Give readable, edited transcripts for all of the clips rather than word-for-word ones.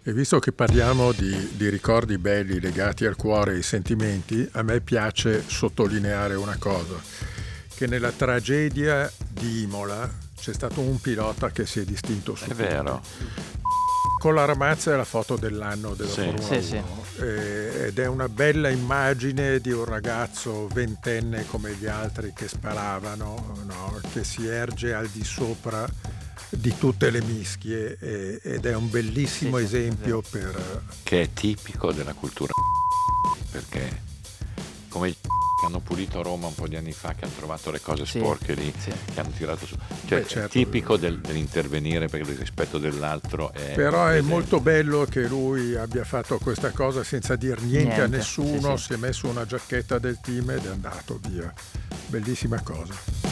E visto che parliamo di ricordi belli legati al cuore e ai sentimenti, a me piace sottolineare una cosa, che nella tragedia di Imola c'è stato un pilota che si è distinto su È tutti. vero. Con la Ramazza è la foto dell'anno della Sì. Formula 1 Sì. ed è una bella immagine di un ragazzo ventenne come gli altri che sparavano, no? Che si erge al di sopra di tutte le mischie ed è un bellissimo Sì, esempio è vero. per... Che è tipico della cultura, perché come i che hanno pulito Roma un po' di anni fa, che hanno trovato le cose Sì, sporche lì, sì. che hanno tirato su, cioè Beh, certo. è tipico dell'intervenire perché il rispetto dell'altro è Però è presente. molto bello che lui abbia fatto questa cosa senza dir niente a Niente, nessuno, sì. si è messo una giacchetta del team ed è andato via. Bellissima cosa.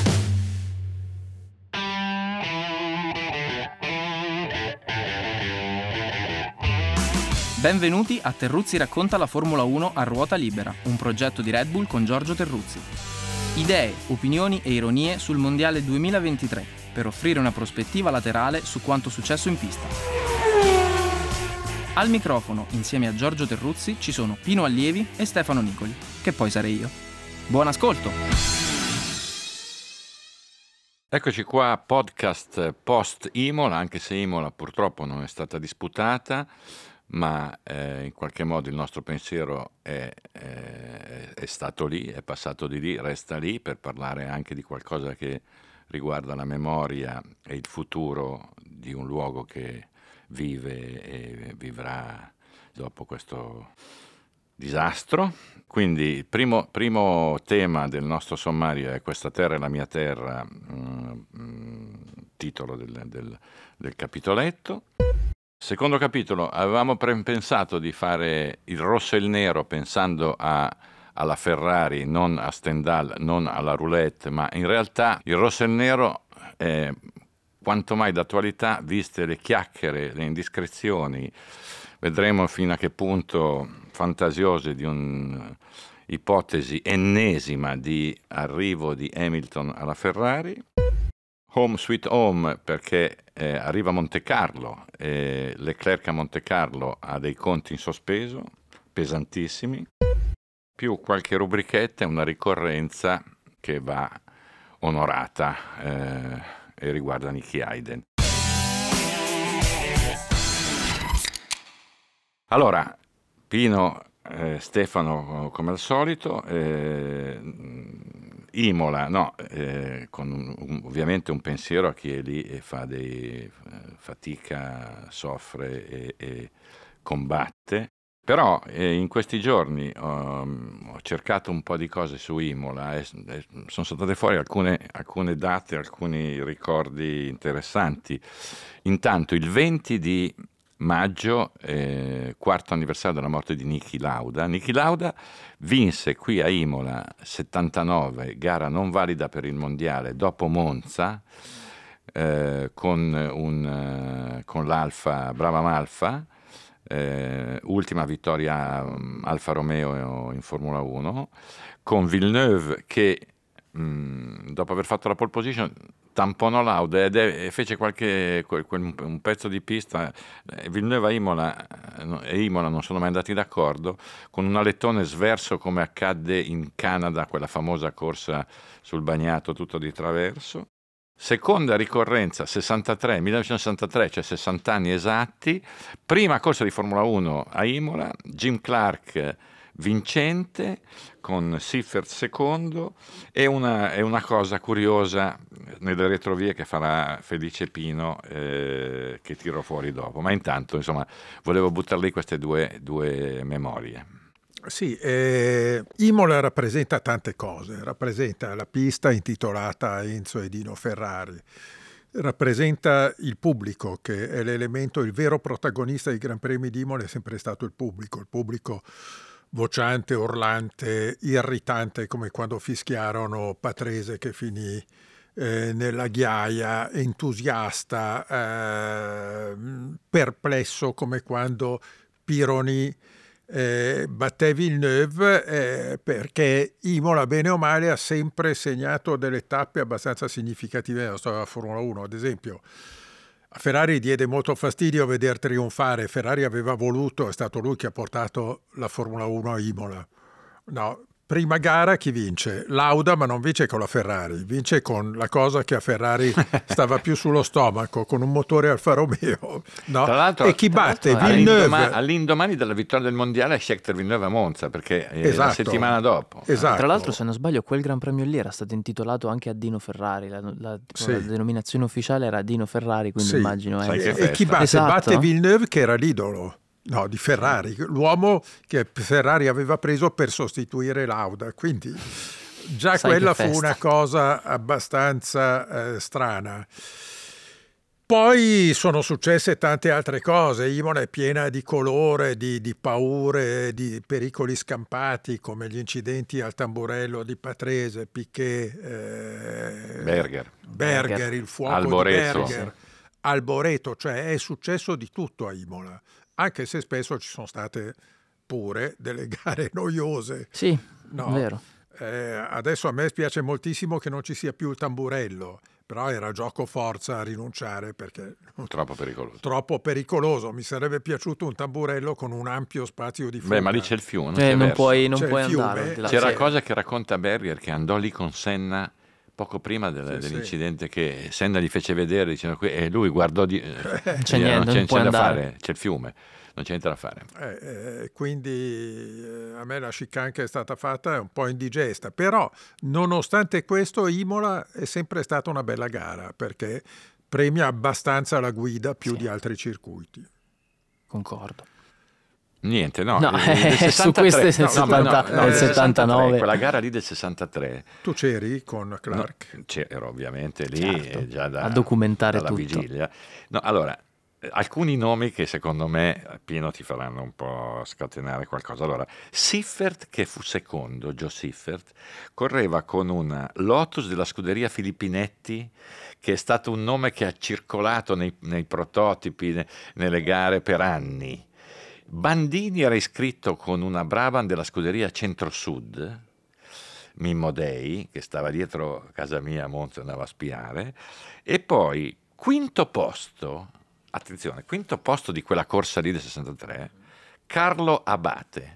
Benvenuti a Terruzzi racconta la Formula 1 a ruota libera, un progetto di Red Bull con Giorgio Terruzzi. Idee, opinioni e ironie sul Mondiale 2023 per offrire una prospettiva laterale su quanto successo in pista. Al microfono, insieme a Giorgio Terruzzi, ci sono Pino Allievi e Stefano Nicoli, che poi sarei io. Buon ascolto! Eccoci qua, podcast post Imola, anche se Imola purtroppo non è stata disputata, ma in qualche modo il nostro pensiero è stato lì, è passato di lì, resta lì per parlare anche di qualcosa che riguarda la memoria e il futuro di un luogo che vive e vivrà dopo questo disastro. Quindi il primo tema del nostro sommario è Questa terra è la mia terra, titolo del capitoletto. Secondo capitolo, avevamo pensato di fare il rosso e il nero pensando alla Ferrari, non a Stendhal, non alla roulette, ma in realtà il rosso e il nero è quanto mai d'attualità, viste le chiacchiere, le indiscrezioni. Vedremo fino a che punto fantasiose di un'ipotesi ennesima di arrivo di Hamilton alla Ferrari. Home sweet home perché arriva a Monte Carlo e Leclerc a Monte Carlo ha dei conti in sospeso, pesantissimi, più qualche rubrichetta e una ricorrenza che va onorata e riguarda Nicky Hayden. Allora, Pino, Stefano come al solito, Imola, no, con ovviamente un pensiero a chi è lì e fa fatica, soffre e combatte. Però in questi giorni ho cercato un po' di cose su Imola e sono saltate fuori alcune date, alcuni ricordi interessanti. Intanto il 20 di maggio, quarto anniversario della morte di Niki Lauda. Niki Lauda vinse qui a Imola 79, gara non valida per il mondiale, dopo Monza, con l'Alfa Brabham Alfa, ultima vittoria Alfa Romeo in Formula 1, con Villeneuve che dopo aver fatto la pole position tamponò Lauda e fece un pezzo di pista. Villeneuve e Imola non sono mai andati d'accordo, con un alettone sverso come accadde in Canada, quella famosa corsa sul bagnato tutto di traverso. Seconda ricorrenza 1963, cioè 60 anni esatti, prima corsa di Formula 1 a Imola, Jim Clark vincente con Seifert secondo, e una cosa curiosa nelle retrovie che farà felice Pino, che tiro fuori dopo, ma intanto insomma volevo buttare lì queste due memorie. Sì, Imola rappresenta tante cose, rappresenta la pista intitolata a Enzo e Dino Ferrari, rappresenta il pubblico che è l'elemento, il vero protagonista dei Gran Premi di Imola è sempre stato il pubblico vociante, urlante, irritante come quando fischiarono Patrese che finì nella ghiaia, entusiasta, perplesso come quando Pironi batté Villeneuve, perché Imola bene o male ha sempre segnato delle tappe abbastanza significative nella storia della Formula 1. Ad esempio A Ferrari diede molto fastidio veder trionfare. Ferrari aveva voluto, è stato lui che ha portato la Formula 1 a Imola. No, prima gara chi vince? Lauda, ma non vince con la Ferrari, vince con la cosa che a Ferrari stava più sullo stomaco, con un motore Alfa Romeo. No? Tra l'altro, e chi batte? Villeneuve. All'indomani della vittoria del mondiale Scheckter Villeneuve a Monza, perché Esatto. la settimana dopo. Esatto. Tra l'altro, se non sbaglio, quel Gran Premio lì era stato intitolato anche a Dino Ferrari, la denominazione ufficiale era Dino Ferrari, quindi immagino. Sai che E chi batte? Esatto. Batte Villeneuve, che era l'idolo. No, di Ferrari, l'uomo che Ferrari aveva preso per sostituire Lauda, quindi già quella fu una cosa abbastanza strana. Poi sono successe tante altre cose. Imola è piena di colore, di paure, di pericoli scampati, come gli incidenti al tamburello di Patrese, Piquet, Berger, il fuoco Alboreto. di Berger, Alboreto, cioè è successo di tutto a Imola. Anche se spesso ci sono state pure delle gare noiose. Sì, no? Vero. Adesso a me spiace moltissimo che non ci sia più il tamburello, però era gioco forza a rinunciare perché troppo pericoloso. Mi sarebbe piaciuto un tamburello con un ampio spazio di fuga. Beh, ma lì c'è il fiume, non puoi andare. Là. C'è la cosa che racconta Berger, che andò lì con Senna poco prima dell'incidente, che Senna gli fece vedere dicendo e lui guardò c'è niente, non c'è da fare, c'è il fiume, non c'è niente da fare. Quindi a me la chicane che è stata fatta è un po' indigesta, però nonostante questo Imola è sempre stata una bella gara perché premia abbastanza la guida più di altri circuiti. Concordo. Niente, no, su queste del 79, quella gara lì del 63. Tu c'eri con Clark? No, ero ovviamente lì, già a documentare dalla tutto. vigilia. No, allora, alcuni nomi che secondo me, Pino, ti faranno un po' scatenare qualcosa. Allora, Siffert, che fu secondo, Joe Siffert, correva con una Lotus della scuderia Filippinetti, che è stato un nome che ha circolato nei prototipi, nelle gare per anni. Bandini era iscritto con una Brabham della scuderia Centro-Sud, Mimmo Dei, che stava dietro casa mia a Monza, andava a spiare, e poi quinto posto di quella corsa lì del 63, Carlo Abate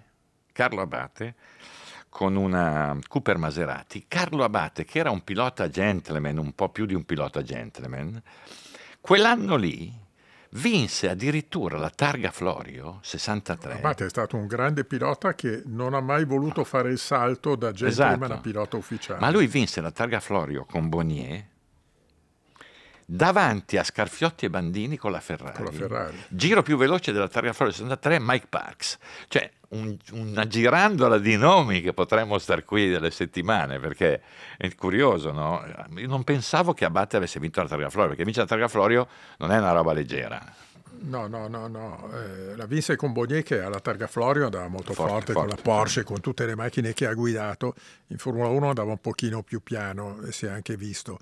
con una Cooper Maserati. Carlo Abate, che era un pilota gentleman, un po' più di un pilota gentleman, quell'anno lì vinse addirittura la Targa Florio 63. Abate è stato un grande pilota che non ha mai voluto fare il salto da gentleman a pilota ufficiale. Ma lui vinse la Targa Florio con Bonnier davanti a Scarfiotti e Bandini con la Ferrari. Giro più veloce della Targa Florio 63, Mike Parks. Cioè una girandola di nomi che potremmo star qui delle settimane, perché è curioso, no? Io non pensavo che Abate avesse vinto la Targa Florio, perché vincere la Targa Florio non è una roba leggera. No. La vinse con Bonnier, che alla Targa Florio andava molto forte con la Porsche, con tutte le macchine che ha guidato. In Formula 1 andava un pochino più piano, e si è anche visto.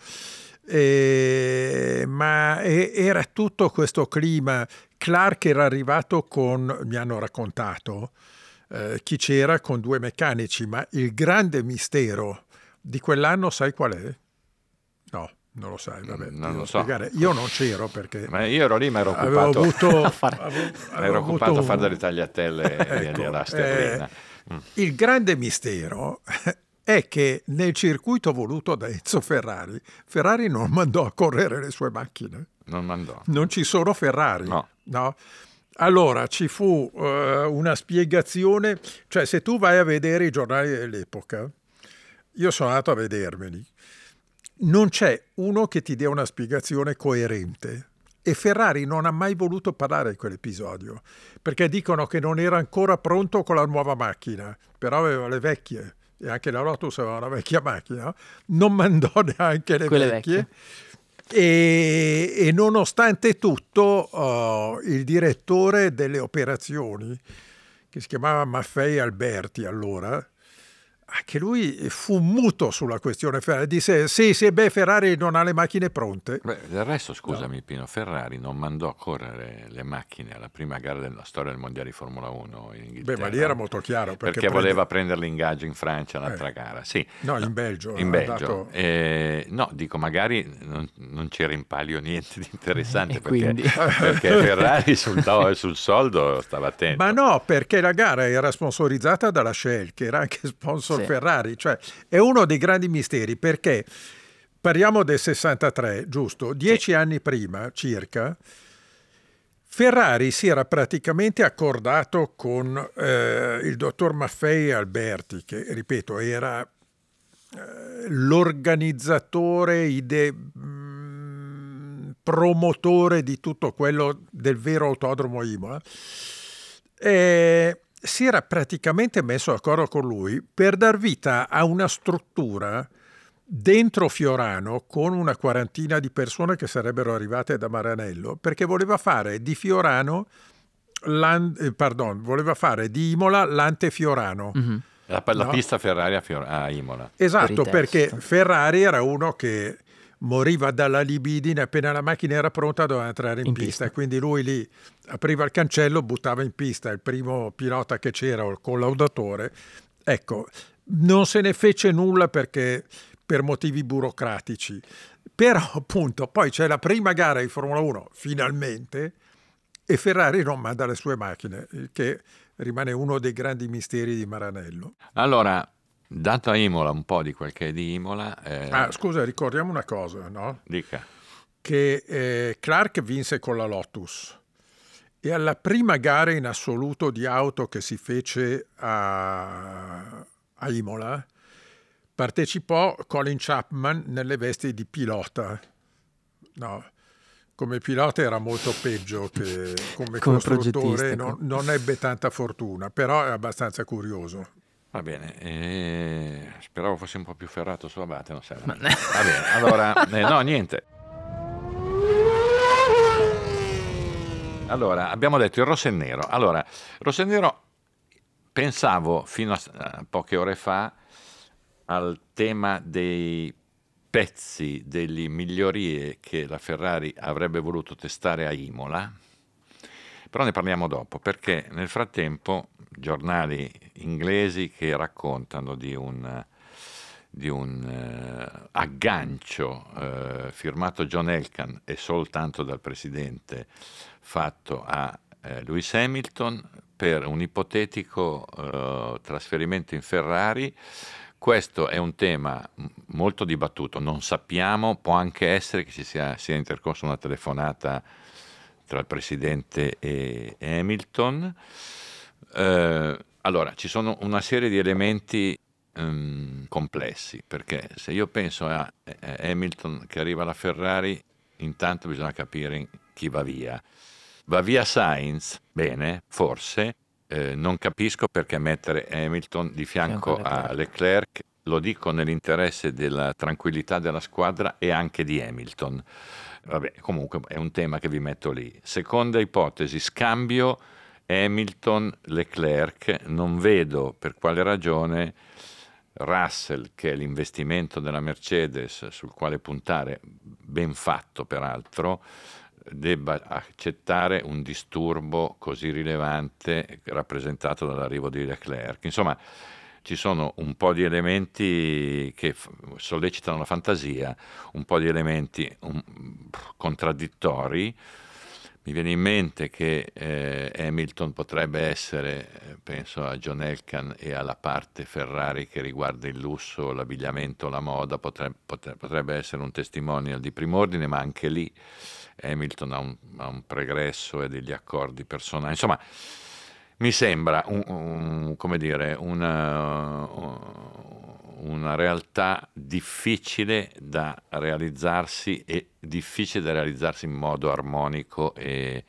Ma era tutto questo clima. Clark era arrivato mi hanno raccontato, chi c'era con due meccanici, ma il grande mistero di quell'anno sai qual è? No, non lo sai, vabbè, non lo so. Spiegare. Io non c'ero perché ma io ero lì, ma ero occupato ero occupato a fare delle tagliatelle alla sterlina. Il grande mistero è che nel circuito voluto da Enzo Ferrari non mandò a correre le sue macchine. Non ci sono Ferrari. No? Allora ci fu una spiegazione, cioè se tu vai a vedere i giornali dell'epoca, io sono andato a vedermeli, non c'è uno che ti dia una spiegazione coerente. E Ferrari non ha mai voluto parlare di quell'episodio, perché dicono che non era ancora pronto con la nuova macchina, però aveva le vecchie, e anche la Lotus aveva una vecchia macchina, non mandò neanche le vecchie. E nonostante tutto il direttore delle operazioni, che si chiamava Maffei Alberti allora, Anche lui fu muto sulla questione Ferrari, disse sì, Ferrari non ha le macchine pronte. Beh, del resto, scusami, no. Pino, Ferrari non mandò a correre le macchine alla prima gara della storia del mondiale di Formula 1 in Inghilterra. Beh, ma lì era molto chiaro. Perché voleva prendere l'ingaggio in Francia l'altra gara. Sì. No, in Belgio. In Belgio. No, dico, magari non c'era in palio niente di interessante perché Ferrari sul soldo stava attento. Ma no, perché la gara era sponsorizzata dalla Shell, che era anche sponsor Ferrari, cioè è uno dei grandi misteri, perché parliamo del 63, giusto? 10 anni prima circa, Ferrari si era praticamente accordato con il dottor Maffei Alberti, che ripeto era l'organizzatore, promotore di tutto quello del vero autodromo Imola. Si era praticamente messo d'accordo con lui per dar vita a una struttura dentro Fiorano con una quarantina di persone che sarebbero arrivate da Maranello, perché voleva fare di Fiorano voleva fare di Imola l'antefiorano. Mm-hmm. La pista Ferrari a Imola. Esatto, perché Ferrari era uno che moriva dalla libidine, appena la macchina era pronta doveva entrare in pista. E quindi lui lì apriva il cancello, buttava in pista il primo pilota che c'era o il collaudatore. Ecco, non se ne fece nulla perché per motivi burocratici, però appunto poi c'è la prima gara di Formula 1 finalmente e Ferrari non manda le sue macchine, che rimane uno dei grandi misteri di Maranello. Allora, dato a Imola un po' di quel che è di Imola... scusa, ricordiamo una cosa, no? Dica. Che Clark vinse con la Lotus e alla prima gara in assoluto di auto che si fece a Imola partecipò Colin Chapman nelle vesti di pilota. No, come pilota era molto peggio che come costruttore, non ebbe tanta fortuna, però è abbastanza curioso. Va bene, speravo fosse un po' più ferrato su Abate, non serve. Va bene, allora, no, niente. Allora, abbiamo detto il rosso e nero. Allora, rosso e nero, pensavo fino a poche ore fa al tema dei pezzi, delle migliorie che la Ferrari avrebbe voluto testare a Imola, però ne parliamo dopo, perché nel frattempo giornali inglesi che raccontano di un aggancio firmato John Elkann e soltanto dal presidente fatto a Lewis Hamilton per un ipotetico trasferimento in Ferrari. Questo è un tema molto dibattuto, non sappiamo, può anche essere che sia intercorsa una telefonata tra il presidente e Hamilton. Allora, ci sono una serie di elementi complessi, perché se io penso a Hamilton che arriva alla Ferrari, intanto bisogna capire chi va via. Va via Sainz? Bene, forse. Non capisco perché mettere Hamilton di fianco a Leclerc, lo dico nell'interesse della tranquillità della squadra e anche di Hamilton. Vabbè, comunque è un tema che vi metto lì. Seconda ipotesi, scambio Hamilton-Leclerc, non vedo per quale ragione Russell, che è l'investimento della Mercedes sul quale puntare, ben fatto peraltro, debba accettare un disturbo così rilevante rappresentato dall'arrivo di Leclerc. Insomma, ci sono un po' di elementi che sollecitano la fantasia, un po' di elementi contraddittori. Mi viene in mente che Hamilton potrebbe essere, penso a John Elkann e alla parte Ferrari che riguarda il lusso, l'abbigliamento, la moda, potrebbe essere un testimonial di prim'ordine, ma anche lì Hamilton ha un pregresso e degli accordi personali. Insomma, mi sembra una realtà difficile da realizzarsi e difficile da realizzarsi in modo armonico e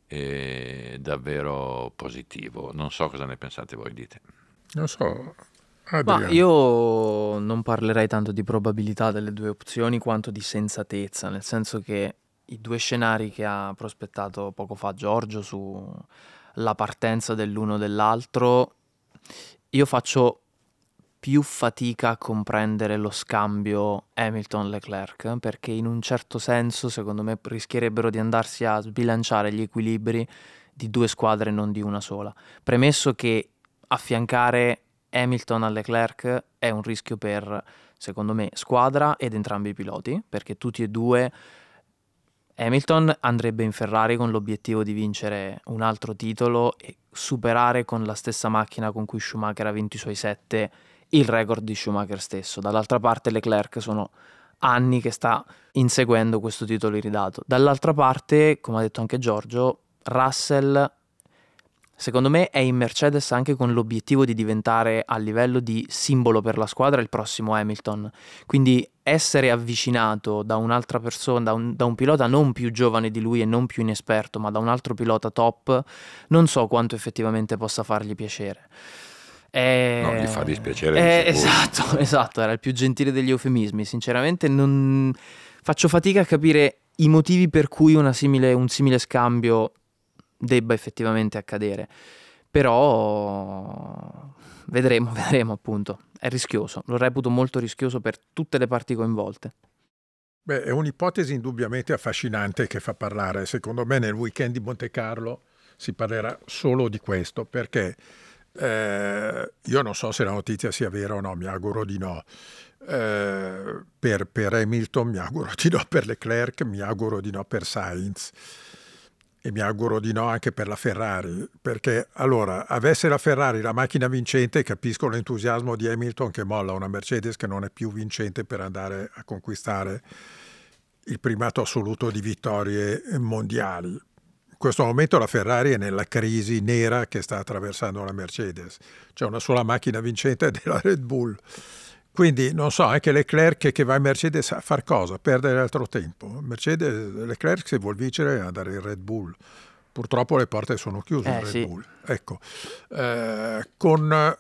davvero positivo. Non so cosa ne pensate voi, dite. Non so. Ma io non parlerei tanto di probabilità delle due opzioni quanto di sensatezza, nel senso che i due scenari che ha prospettato poco fa Giorgio sulla partenza dell'uno o dell'altro, io faccio più fatica a comprendere lo scambio Hamilton-Leclerc, perché in un certo senso secondo me rischierebbero di andarsi a sbilanciare gli equilibri di due squadre e non di una sola. Premesso che affiancare Hamilton a Leclerc è un rischio per, secondo me, squadra ed entrambi i piloti, perché tutti e due. Hamilton andrebbe in Ferrari con l'obiettivo di vincere un altro titolo e superare con la stessa macchina con cui Schumacher ha vinto i suoi 7 il record di Schumacher stesso. Dall'altra parte Leclerc sono anni che sta inseguendo questo titolo iridato. Dall'altra parte, come ha detto anche Giorgio, Russell secondo me è in Mercedes anche con l'obiettivo di diventare a livello di simbolo per la squadra il prossimo Hamilton. Quindi essere avvicinato da un'altra persona, da un pilota non più giovane di lui e non più inesperto, ma da un altro pilota top, non so quanto effettivamente possa fargli piacere. No, gli fa dispiacere. Esatto, era il più gentile degli eufemismi. Sinceramente non faccio fatica a capire i motivi per cui un simile scambio debba effettivamente accadere, però vedremo appunto. È rischioso, lo reputo molto rischioso per tutte le parti coinvolte. Beh, è un'ipotesi indubbiamente affascinante che fa parlare. Secondo me nel weekend di Monte Carlo si parlerà solo di questo, perché io non so se la notizia sia vera o no, mi auguro di no. Per Hamilton mi auguro di no, per Leclerc mi auguro di no, per Sainz, e mi auguro di no anche per la Ferrari, perché allora avesse la Ferrari la macchina vincente, capisco l'entusiasmo di Hamilton che molla una Mercedes che non è più vincente per andare a conquistare il primato assoluto di vittorie mondiali. In questo momento la Ferrari è nella crisi nera che sta attraversando la Mercedes, c'è una sola macchina vincente della Red Bull. Quindi non so, anche Leclerc che va in Mercedes a far cosa? Perdere altro tempo. Leclerc se vuol vincere è andare in Red Bull. Purtroppo le porte sono chiuse in Red Bull. Ecco. Con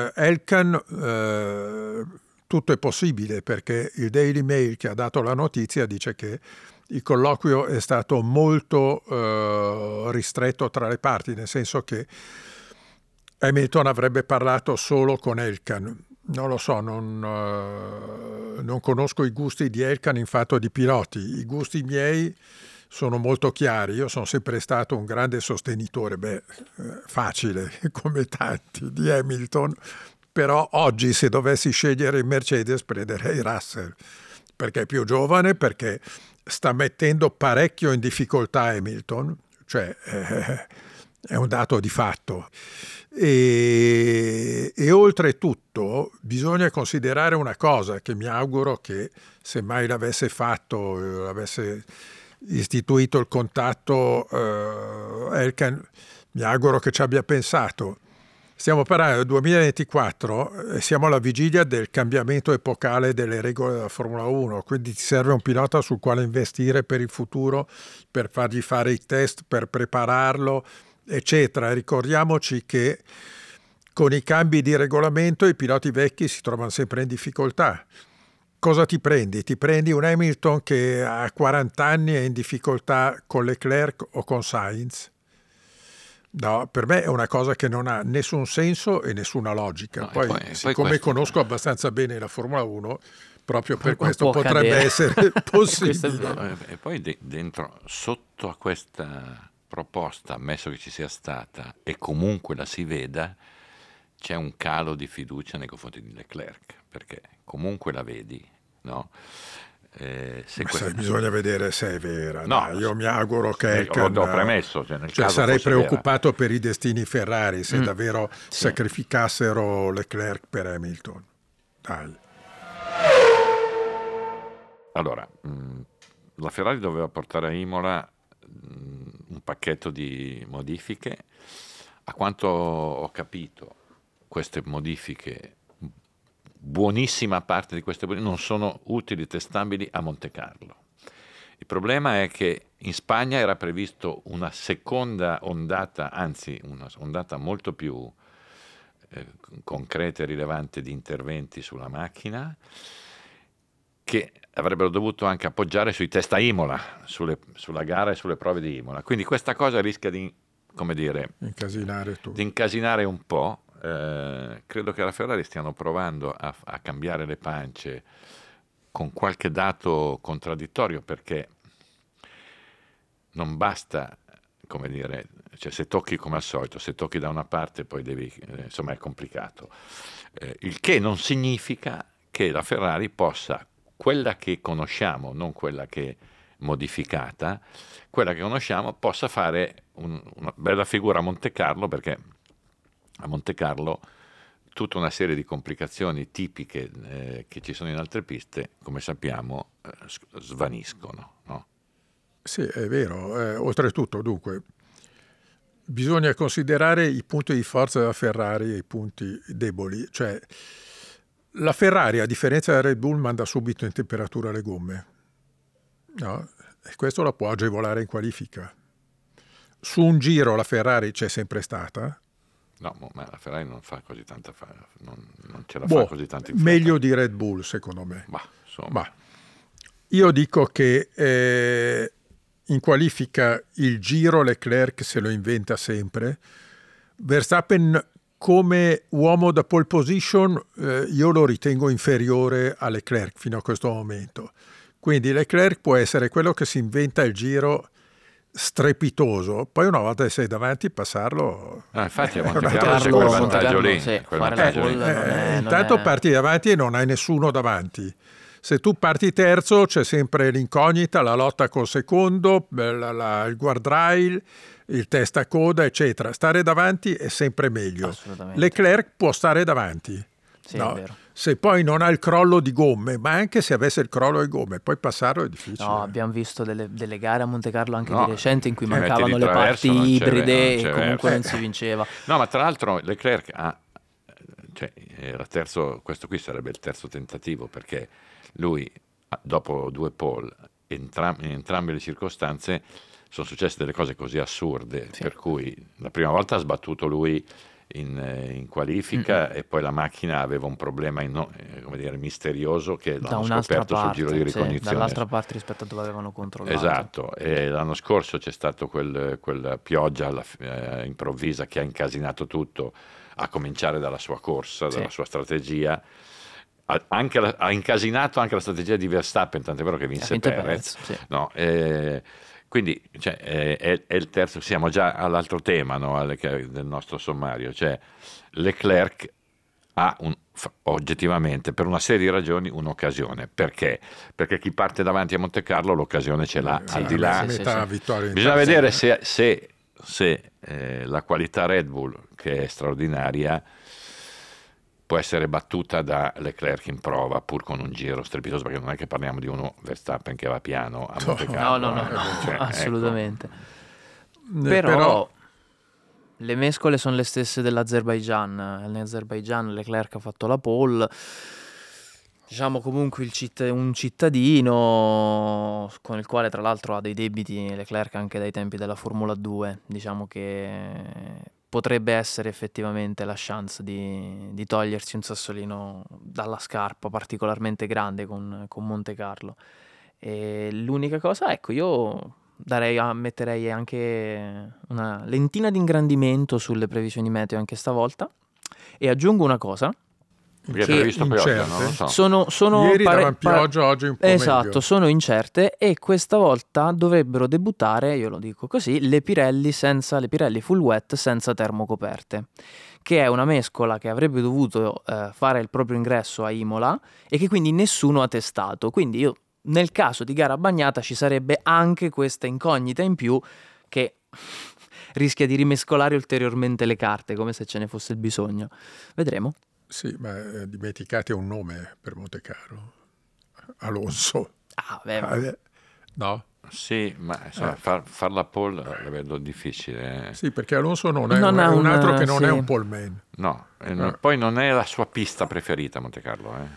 Elkann tutto è possibile, perché il Daily Mail che ha dato la notizia dice che il colloquio è stato molto ristretto tra le parti, nel senso che Hamilton avrebbe parlato solo con Elkann. Non lo so, non conosco i gusti di Elkann in fatto di piloti. I gusti miei sono molto chiari. Io sono sempre stato un grande sostenitore, facile come tanti, di Hamilton, però oggi se dovessi scegliere il Mercedes prenderei Russell, perché è più giovane, perché sta mettendo parecchio in difficoltà Hamilton, cioè è un dato di fatto. E oltretutto bisogna considerare una cosa che mi auguro che, se mai l'avesse fatto, avesse istituito il contatto Elkann, mi auguro che ci abbia pensato. Stiamo parlando del 2024 e siamo alla vigilia del cambiamento epocale delle regole della Formula 1, quindi ti serve un pilota sul quale investire per il futuro, per fargli fare i test, per prepararlo, eccetera. Ricordiamoci che con i cambi di regolamento i piloti vecchi si trovano sempre in difficoltà. Cosa ti prendi? Ti prendi un Hamilton che a 40 anni è in difficoltà con Leclerc o con Sainz? No, per me è una cosa che non ha nessun senso e nessuna logica. No, poi siccome questo... conosco abbastanza bene la Formula 1, proprio per questo potrebbe essere possibile. E poi dentro, sotto a questa proposta, ammesso che ci sia stata e comunque la si veda, c'è un calo di fiducia nei confronti di Leclerc, perché comunque la vedi, no? Bisogna vedere se è vera. No, io mi auguro che Elkann, ho premesso, nel caso sarei preoccupato vera. Per i destini Ferrari se davvero sacrificassero Leclerc per Hamilton. Dai. Allora, la Ferrari doveva portare a Imola un pacchetto di modifiche. A quanto ho capito, queste modifiche, buonissima parte di queste modifiche non sono utili, testabili a Monte Carlo. Il problema è che in Spagna era previsto una seconda ondata, anzi una ondata molto più concreta e rilevante di interventi sulla macchina, che avrebbero dovuto anche appoggiare sui test a Imola, sulla gara e sulle prove di Imola. Quindi questa cosa rischia di, come dire, incasinare tutto. Di incasinare un po'. credo che alla Ferrari stiano provando a cambiare le pance con qualche dato contraddittorio, perché non basta, come dire, cioè se tocchi come al solito, se tocchi da una parte poi devi, insomma è complicato. Il che non significa che la Ferrari possa, quella che conosciamo, non quella che modificata, quella che conosciamo possa fare una bella figura a Monte Carlo, perché a Monte Carlo tutta una serie di complicazioni tipiche che ci sono in altre piste, come sappiamo, svaniscono, no? Sì, è vero. Oltretutto, dunque, bisogna considerare i punti di forza della Ferrari e i punti deboli. Cioè, la Ferrari, a differenza della Red Bull, manda subito in temperatura le gomme, no? E questo la può agevolare in qualifica. Su un giro la Ferrari c'è sempre stata. No, ma la Ferrari non fa così tanta non ce la fa così tanto in fretta. Meglio di Red Bull, secondo me. Insomma. Io dico che in qualifica il giro Leclerc se lo inventa sempre. Verstappen come uomo da pole position io lo ritengo inferiore a Leclerc fino a questo momento. Quindi Leclerc può essere quello che si inventa il giro strepitoso, poi una volta che sei davanti passarlo. Infatti a Monte Carlo c'è quel vantaggio lì. Intanto parti davanti e non hai nessuno davanti. Se tu parti terzo c'è sempre l'incognita, la lotta col secondo, il guardrail, il testacoda, eccetera. Stare davanti è sempre meglio. Leclerc può stare davanti. Sì, no? È vero. Se poi non ha il crollo di gomme, ma anche se avesse il crollo di gomme, poi passarlo è difficile. No, abbiamo visto delle gare a Monte Carlo anche di recente in cui mancavano le parti ibride e comunque non si vinceva. No, ma tra l'altro Leclerc era terzo, questo qui sarebbe il terzo tentativo, perché lui dopo 2 pole in entrambe le circostanze sono successe delle cose così assurde, per cui la prima volta ha sbattuto lui in qualifica e poi la macchina aveva un problema come dire, misterioso che l'hanno scoperto sul giro di ricognizione. Dall'altra parte rispetto a dove avevano controllato. Esatto, e l'anno scorso c'è stato quella pioggia improvvisa che ha incasinato tutto, a cominciare dalla sua corsa, dalla sua strategia. Ha incasinato anche la strategia di Verstappen, tant'è vero che vinse Perez. No, quindi è il terzo, siamo già all'altro tema, no, del nostro sommario, cioè Leclerc ha oggettivamente, per una serie di ragioni, un'occasione. Perché? Perché chi parte davanti a Monte Carlo l'occasione ce l'ha, al di là. Bisogna vedere se la qualità Red Bull, che è straordinaria, può essere battuta da Leclerc in prova, pur con un giro strepitoso, perché non è che parliamo di uno Verstappen che va piano a Monte Carlo. No, assolutamente. Ecco. Però le mescole sono le stesse dell'Azerbaigian. Nell'Azerbaigian Leclerc ha fatto la pole. Diciamo comunque un cittadino con il quale tra l'altro ha dei debiti Leclerc anche dai tempi della Formula 2. Diciamo che potrebbe essere effettivamente la chance di togliersi un sassolino dalla scarpa particolarmente grande con Monte Carlo. E l'unica cosa, ecco, io metterei anche una lentina di ingrandimento sulle previsioni meteo anche stavolta, e aggiungo una cosa. Perché visto pioggia, non lo so. Sono ieri davano pioggia, oggi un po' esatto, meglio. Sono incerte, e questa volta dovrebbero debuttare, io lo dico così, le Pirelli full wet senza termocoperte, che è una mescola che avrebbe dovuto fare il proprio ingresso a Imola e che quindi nessuno ha testato. Quindi io, nel caso di gara bagnata, ci sarebbe anche questa incognita in più che rischia di rimescolare ulteriormente le carte, come se ce ne fosse il bisogno. Vedremo. Sì, ma dimenticate un nome per Monte Carlo. Alonso. No? Sì, ma insomma, far la pole la vedo difficile. Sì, perché Alonso non è un altro che non è un pole man. No, poi non è la sua pista preferita Monte Carlo,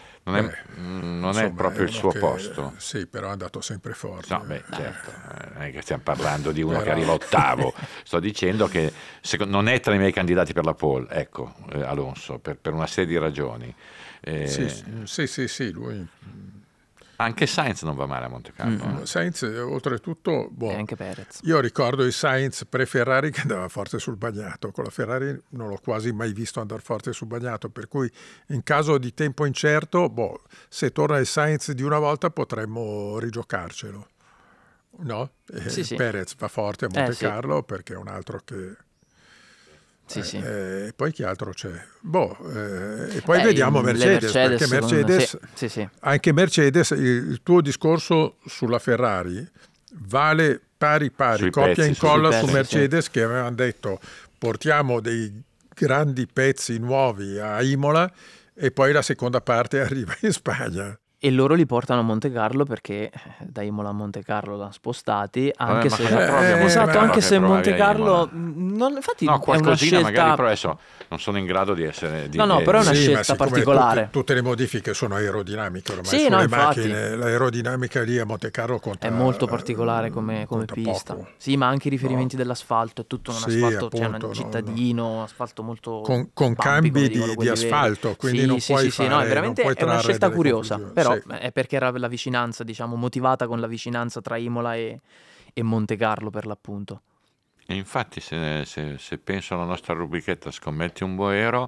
non è proprio il suo posto. Sì, però è andato sempre forte. No, certo, non è che stiamo parlando di uno che arriva ottavo. Sto dicendo che non è tra i miei candidati per la pole, ecco, Alonso, per una serie di ragioni. Sì, lui Anche Sainz non va male a Monte Carlo. Sainz, oltretutto, E anche Perez. io ricordo il Sainz pre-Ferrari che andava forte sul bagnato. Con la Ferrari non l'ho quasi mai visto andare forte sul bagnato, per cui in caso di tempo incerto, se torna il Sainz di una volta potremmo rigiocarcelo. No? Sì. Perez va forte a Monte Sì. Carlo perché è un altro che... Sì. E poi chi altro c'è? E poi vediamo le Mercedes, perché secondo me, Mercedes, sì. anche Mercedes, il tuo discorso sulla Ferrari vale pari, Sui copia e pezzi, incolla sui su pezzi, Mercedes, che avevano detto portiamo dei grandi pezzi nuovi a Imola e poi la seconda parte arriva in Spagna. E loro li portano a Monte Carlo perché da Imola a Monte Carlo l'hanno spostati, anche ma se cosa provi a Monte esatto, Carlo anche che se provavi Monte a Carlo Imola? infatti No, è una qualcosina magari, scelta però adesso non sono in grado di essere... No, però è una Sì, scelta ma siccome particolare. Tutte le modifiche sono aerodinamiche ormai Sì, sulle no, infatti. macchine, l'aerodinamica lì a Monte Carlo conta, è molto particolare come conta pista. poco. Sì, ma anche i riferimenti dell'asfalto, è tutto un Sì, asfalto, cioè appunto, un cittadino, asfalto molto con bumpy, cambi come dicono di quelli asfalto, veri. quindi non puoi sì, no, fare, è veramente non puoi è una trarre scelta delle curiosa, conclusioni. però Sì. è perché era la vicinanza, diciamo, motivata con la vicinanza tra Imola e Monte Carlo per l'appunto. E infatti se penso alla nostra rubrichetta Scommetti un boero,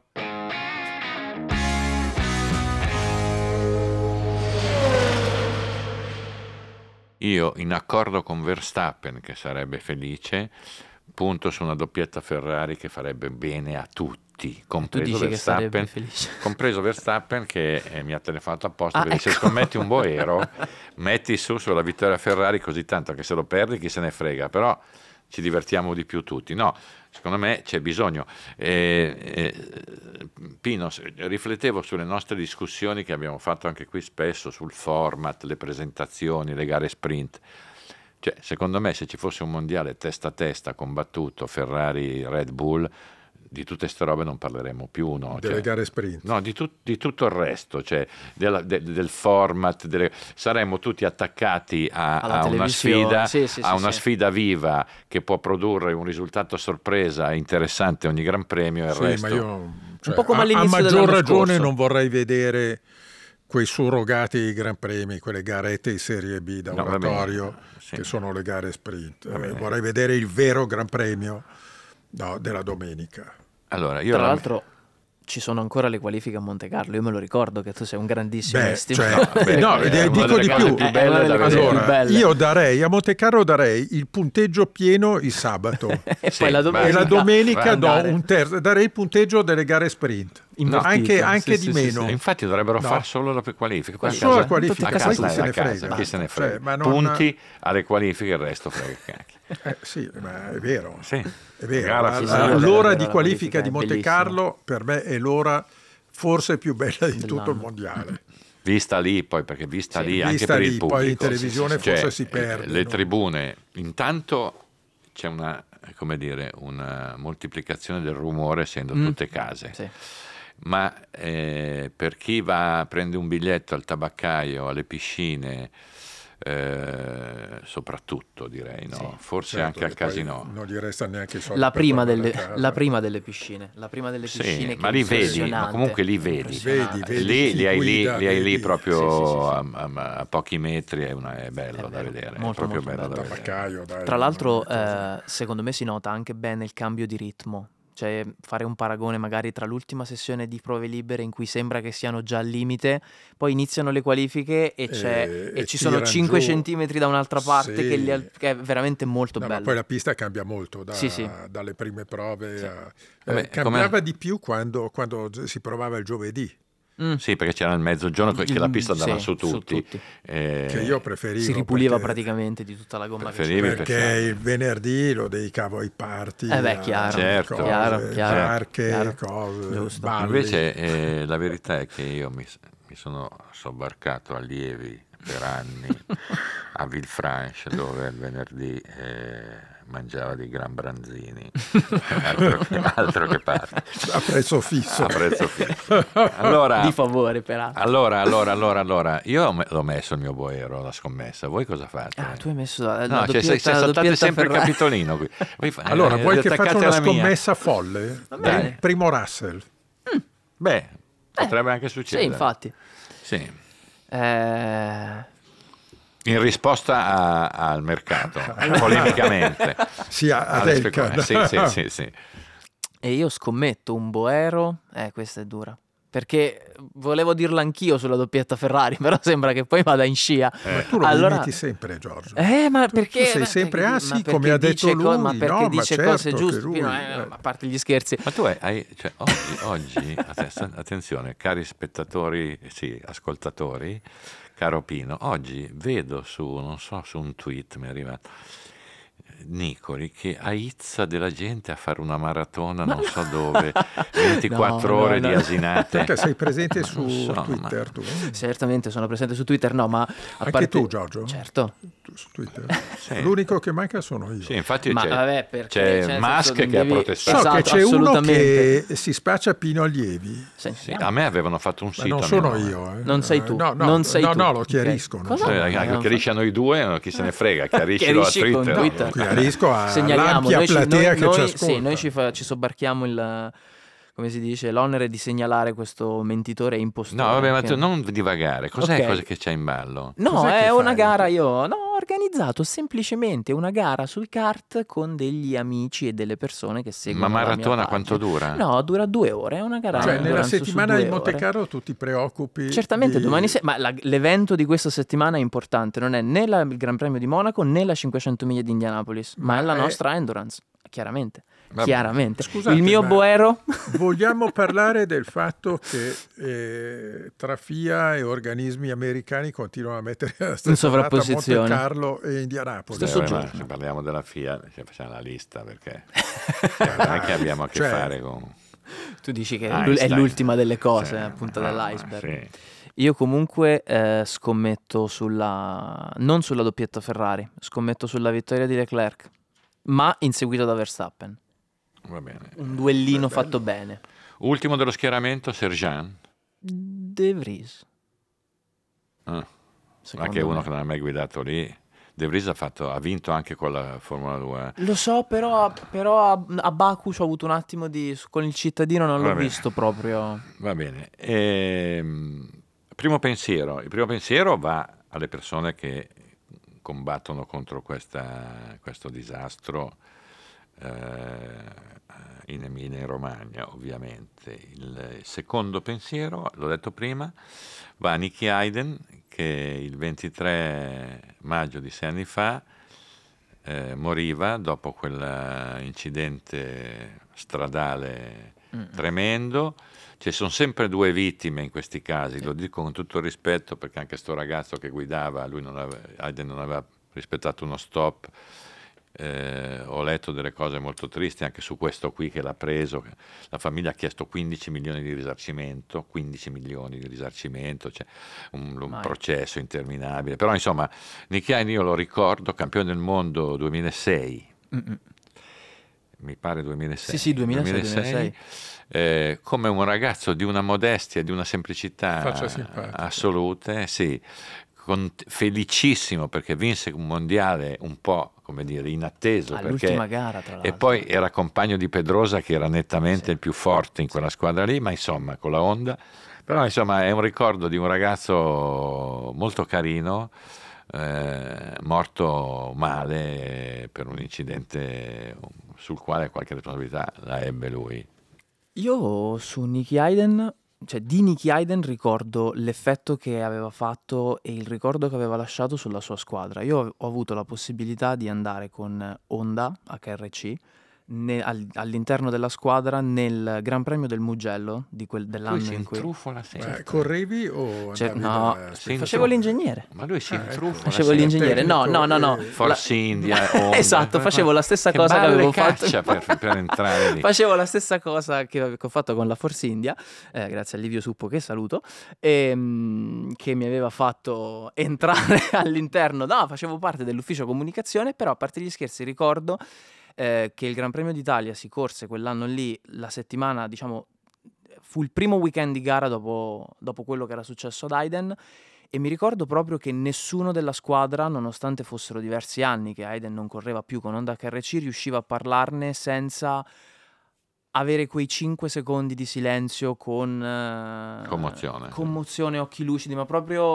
io, in accordo con Verstappen, che sarebbe felice, punto su una doppietta Ferrari che farebbe bene a tutti, compreso dici che sarebbe Verstappen, felice. compreso Verstappen che mi ha telefonato apposta per dire, se ecco. scommetti un boero metti su sulla vittoria Ferrari, così tanto che se lo perdi chi se ne frega, però ci divertiamo di più tutti. No, secondo me c'è bisogno. Pino, riflettevo sulle nostre discussioni che abbiamo fatto anche qui spesso sul format, le presentazioni, le gare sprint. Cioè, secondo me se ci fosse un mondiale testa a testa combattuto Ferrari-Red Bull, di tutte ste robe non parleremo più, no? Delle gare sprint. No, di tutto il resto, cioè del format, saremmo tutti attaccati a una sfida, sfida viva che può produrre un risultato sorpresa interessante ogni Gran Premio e il resto. Ma io, un po' come all'inizio a maggior dell'anno ragione scorso. non vorrei vedere quei surrogati Gran Premi, quelle garette di Serie B da oratorio, sì, che sono le gare sprint. Vorrei vedere il vero Gran Premio della domenica. Allora, Tra l'altro ci sono ancora le qualifiche a Monte Carlo, io me lo ricordo che tu sei un grandissimo estimatore. Dico di più. Più belle da Allora, vedere. io a Monte Carlo darei il punteggio pieno il sabato e Sì, poi la e la domenica do andare. un terzo, darei il punteggio delle gare sprint. Invertito. Anche Sì, di sì, meno. sì. Infatti dovrebbero fare solo le qualifiche. Poi a Solo casa- la qualifica, a poi casa chi se è ne a casa, frega. chi se ne Cioè, frega. ma non- Punti alle qualifiche, il resto frega il cacchio. Sì, ma è vero. Sì. È vero. Gara sì, finale. sì, L'ora è di vero, la qualifica qualifica di è Monte bellissima. Carlo per me è l'ora forse più bella di tutto il Dell'anno. mondiale. Vista lì, poi perché vista lì anche Vista per lì, il pubblico. poi in televisione Cioè, forse si perde. Le no? tribune, intanto c'è una moltiplicazione del rumore essendo tutte case. Sì. Ma per chi prende un biglietto al tabaccaio, alle piscine, soprattutto direi, no? Sì, Forse certo, anche al che poi casino. non gli resta neanche i soldi La per prima, tornare a casa. la prima delle piscine, la prima delle Sì, piscine che ma è li vedi, ma impressionante, comunque li vedi. impressionante. Vedi Lì chi li hai guida, lì vedi. proprio Sì, sì, a pochi metri, è bello È da vero, vedere, molto, è proprio molto bello da bello. vedere. Tabaccaio, dai, Tra l'altro, non è una cosa- secondo me si nota anche bene il cambio di ritmo. Cioè, fare un paragone magari tra l'ultima sessione di prove libere in cui sembra che siano già al limite, poi iniziano le qualifiche e ci sono tirano 5 giù. centimetri da un'altra parte Sì. che è veramente molto No, bello. ma poi la pista cambia molto Sì, sì. dalle prime prove. Vabbè, Cambiava di più quando si provava il giovedì, Sì, perché c'era il mezzogiorno che la pista andava Sì, su tutti. che io preferivo. Si ripuliva perché- praticamente di tutta la gomma che Preferivi c'era. Perché il venerdì lo dedicavo ai party, Chiaro, Certo. cose, chiaro, barche, chiaro. cose, Giusto. balli. Invece la verità è che io mi sono sobbarcato allievi per anni a Villefranche, dove il venerdì mangiava dei gran branzini, altro che parte. a prezzo fisso. A prezzo fisso. Allora, Di favore, peraltro. allora, io l'ho messo il mio boero, la scommessa. Voi cosa fate? Tu hai messo la No, doppietta, sei saltate doppietta sempre il Ferrari. capitolino qui. Allora, vuoi che faccia attaccate una alla mia? scommessa folle? bene. Primo Russell. Beh, potrebbe anche succedere. Sì, infatti. Sì. In risposta al mercato, polemicamente. Sì, ad Elkann. Sì. E io scommetto un Boero, questa è dura. Perché volevo dirlo anch'io sulla doppietta Ferrari, però sembra che poi vada in scia. Ma tu lo limiti sempre, Giorgio. Ma tu, perché? Tu sei sempre, perché, sì, come ha detto lui. Ma perché no, dice ma certo cose giuste, lui, a parte gli scherzi. Ma tu cioè, oggi attenzione, cari spettatori, sì, ascoltatori, caro Pino, oggi vedo su un tweet mi è arrivato, Nicoli che aizza della gente a fare una maratona non so dove, 24 ore di asinate. Perché sei presente su Twitter tu? Certamente sono presente su Twitter, no, ma anche tu, Giorgio? Certo. Su Twitter? Sì. L'unico che manca sono io. Sì, infatti c'è Musk che ha protestato. So che c'è uno che si spaccia Pino Allievi. Sì, a me avevano fatto un sito. Ma non sono io. Non sei tu. No, lo chiarisco. Okay. Lo chiarisci a noi due, chi se ne frega, chiariscilo a Twitter. Chiarisco all'ampia platea che ci ascolta. Sì, noi ci sobbarchiamo come si dice, l'onere di segnalare questo mentitore e impostore. No, vabbè, ma tu non divagare. Cos'è cosa che c'è in ballo? No, è una gara, ho organizzato semplicemente una gara sul kart con degli amici e delle persone che seguono. Ma la maratona mia quanto dura? No, dura 2 ore, è una gara. Cioè, nella settimana di Monte Carlo tu ti preoccupi? Certamente, domani ma l'evento di questa settimana è importante, non è né il Gran Premio di Monaco né la 500 miglia di Indianapolis, ma è la nostra endurance, chiaramente. Chiaramente. Scusate, il mio Boero. Vogliamo parlare del fatto che tra FIA e organismi americani continuano a mettere la stessa data Monte Carlo e Indianapolis. Se parliamo della FIA, facciamo la lista perché non è che abbiamo a che fare con. Tu dici che è l'ultima delle cose, punta dell'iceberg. Sì. Io comunque scommetto non sulla doppietta Ferrari, scommetto sulla vittoria di Leclerc, ma inseguito da Verstappen. Va bene. Un duellino fatto bene. Ultimo dello schieramento, Sergeant. De Vries. Anche uno che non ha mai guidato lì. De Vries ha vinto anche con la Formula 2. Lo so, però a Baku ho avuto un attimo con il cittadino, non l'ho visto proprio. Va bene. Il primo pensiero va alle persone che combattono contro questo disastro in Emilia-Romagna, ovviamente. Il secondo pensiero, l'ho detto prima, va a Nicky Hayden, che il 23 maggio di 6 anni fa moriva dopo quell'incidente stradale tremendo. Ci sono sempre 2 vittime in questi casi, lo dico con tutto il rispetto, perché anche sto ragazzo che guidava, Hayden non aveva rispettato uno stop. Ho letto delle cose molto tristi anche su questo qui che l'ha preso. La famiglia ha chiesto 15 milioni di risarcimento, cioè un processo interminabile. Però insomma, Nicky Hayden io lo ricordo campione del mondo 2006. Mi pare 2006. Sì, 2006. Come un ragazzo di una modestia, di una semplicità assolute, sì. Felicissimo perché vinse un mondiale un po', come dire, inatteso, all'ultima gara, tra l'altro. E poi era compagno di Pedrosa, che era nettamente il più forte in quella squadra lì, ma insomma con la Honda. Però insomma è un ricordo di un ragazzo molto carino, morto male per un incidente sul quale qualche responsabilità la ebbe lui. Io su Nicky Hayden, cioè di Nicky Hayden, ricordo l'effetto che aveva fatto e il ricordo che aveva lasciato sulla sua squadra. Io ho avuto la possibilità di andare con Honda HRC all'interno della squadra nel Gran Premio del Mugello dell'anno in cui correvi o no, facevo l'ingegnere. Ma lui si intrufola. Facevo l'ingegnere. No. Force India. Honda. Esatto, facevo la stessa cosa che avevo fatto per entrare lì. Facevo la stessa cosa che ho fatto con la Force India, grazie a Livio Suppo che saluto, che mi aveva fatto entrare all'interno. No, facevo parte dell'ufficio comunicazione, però a parte gli scherzi ricordo che il Gran Premio d'Italia si corse quell'anno lì, la settimana, diciamo, fu il primo weekend di gara dopo quello che era successo ad Hayden, e mi ricordo proprio che nessuno della squadra, nonostante fossero diversi anni che Hayden non correva più con Honda HRC, riusciva a parlarne senza avere quei 5 secondi di silenzio con commozione, occhi lucidi, ma proprio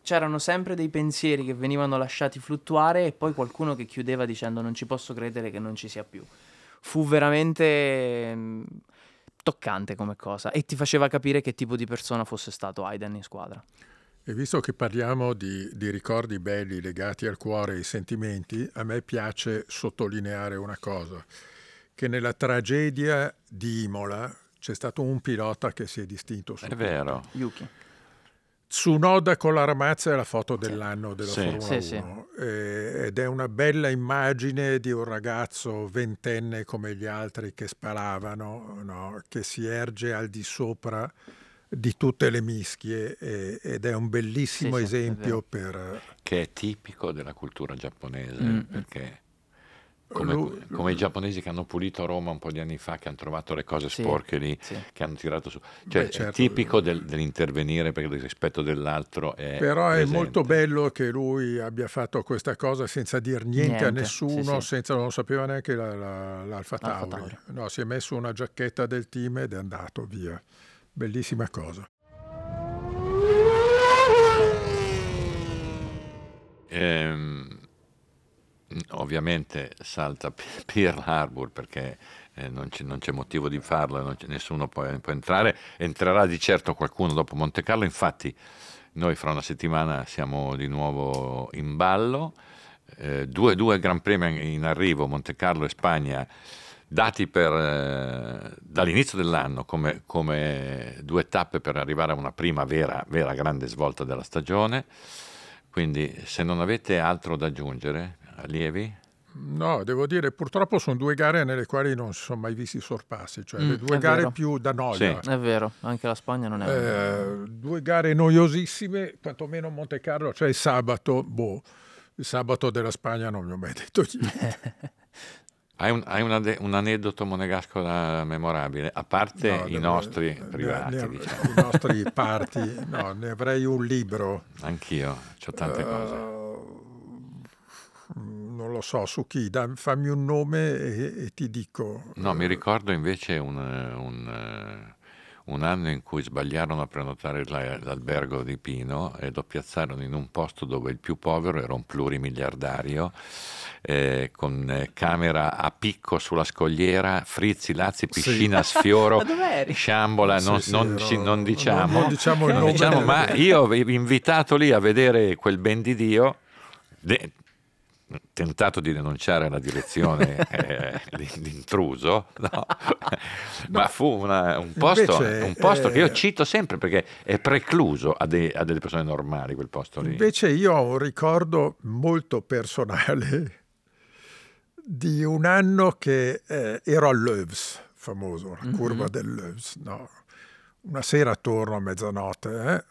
c'erano sempre dei pensieri che venivano lasciati fluttuare e poi qualcuno che chiudeva dicendo non ci posso credere che non ci sia più. Fu veramente toccante come cosa e ti faceva capire che tipo di persona fosse stato Aiden in squadra. E visto che parliamo di ricordi belli legati al cuore e ai sentimenti, a me piace sottolineare una cosa, che nella tragedia di Imola c'è stato un pilota che si è distinto su È vero. Yuki. Tsunoda con la Ramazza è la foto dell'anno della Sì. Formula 1 Sì. ed è una bella immagine di un ragazzo ventenne come gli altri che sparavano, no? Che si erge al di sopra di tutte le mischie ed è un bellissimo Sì, esempio per... Che è tipico della cultura giapponese, perché come i giapponesi che hanno pulito Roma un po' di anni fa, che hanno trovato le cose sporche lì, che hanno tirato su, cioè certo. è tipico dell'intervenire perché il rispetto dell'altro è però è presente. molto bello che lui abbia fatto questa cosa senza dir niente a nessuno, senza, non sapeva neanche l'Alfa Tauri. No, si è messo una giacchetta del team ed è andato via. Bellissima cosa. Ovviamente salta Pearl Harbor perché non c'è motivo di farlo, nessuno può entrare. Entrerà di certo qualcuno dopo Monte Carlo. Infatti noi fra una settimana siamo di nuovo in ballo, due Gran Premi in arrivo, Monte Carlo e Spagna, dati dall'inizio dell'anno come 2 tappe per arrivare a una prima vera grande svolta della stagione. Quindi se non avete altro da aggiungere, allievi? No, devo dire, purtroppo sono 2 gare nelle quali non si sono mai visti sorpassi, cioè le 2 gare più da noia. Sì. È vero, anche la Spagna non è 2 gare noiosissime, quantomeno Monte Carlo, cioè il sabato della Spagna non mi ho mai detto niente. Hai un aneddoto monegasco memorabile, a parte i nostri privati? Diciamo. I nostri parti, no, ne avrei un libro. Anch'io, c'ho tante cose. Non lo so, su chi, fammi un nome e ti dico. No, mi ricordo invece un anno in cui sbagliarono a prenotare l'albergo di Pino e lo piazzarono in un posto dove il più povero era un plurimiliardario, con camera a picco sulla scogliera, frizzi, lazzi, piscina a sfioro, sciambola, non diciamo il nome, ma io avevo invitato lì a vedere quel ben di Dio, tentato di denunciare la direzione l'intruso, no? Ma fu un posto che io cito sempre perché è precluso a delle persone normali quel posto lì. Invece io ho un ricordo molto personale di un anno che ero a Loews, famoso, la curva del Loews, no? Una sera torno a mezzanotte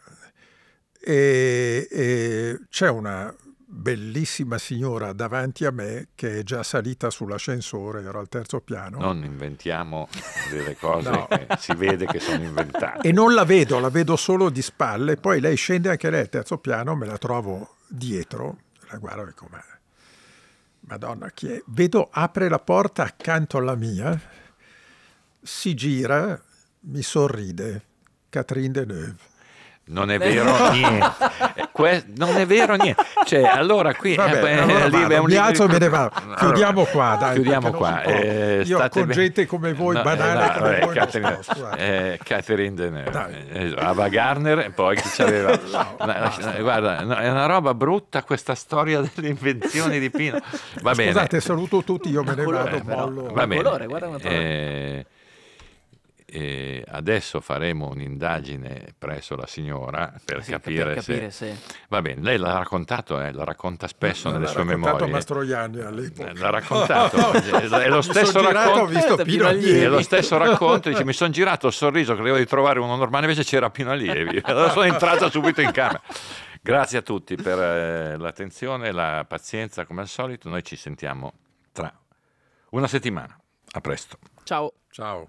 e c'è una bellissima signora davanti a me che è già salita sull'ascensore, ero al 3° piano. Non inventiamo delle cose che si vede che sono inventate. E non la vedo solo di spalle, poi lei scende anche lei al 3° piano, me la trovo dietro, la guardo e com'è. Madonna, chi è? Vedo, apre la porta accanto alla mia, si gira, mi sorride, Catherine Deneuve. Non è vero niente. Non è vero niente. Cioè, allora qui mi alzo e me ne vado. Chiudiamo qua, dai. Chiudiamo qua. Io con gente come voi, banale come voi, Catherine Deneuve, Ava Gardner, e poi chi c'aveva? Guarda, è una roba brutta questa storia delle invenzioni di Pino. Va bene. Scusate, saluto tutti, io me ne vado. Va bene. Colore, guarda come E adesso faremo un'indagine presso la signora per capire se... Va bene, lei l'ha raccontato, la racconta spesso nelle sue memorie. L'ha raccontato Mastroianni all'epoca. L'ha raccontato, è lo stesso racconto. Ho visto Pino Allievi. È lo stesso racconto, dice, mi sono girato, ho sorriso, credevo di trovare uno normale, invece c'era Pino Allievi. Allora sono entrato subito in camera. Grazie a tutti per l'attenzione, la pazienza come al solito. Noi ci sentiamo tra una settimana. A presto. Ciao. Ciao.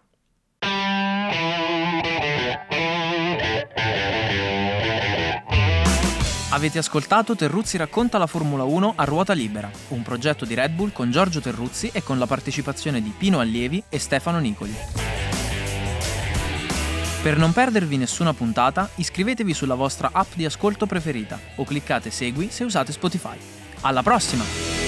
Avete ascoltato Terruzzi racconta la Formula 1 a ruota libera, un progetto di Red Bull con Giorgio Terruzzi e con la partecipazione di Pino Allievi e Stefano Nicoli. Per non perdervi nessuna puntata, iscrivetevi sulla vostra app di ascolto preferita o cliccate segui se usate Spotify. Alla prossima!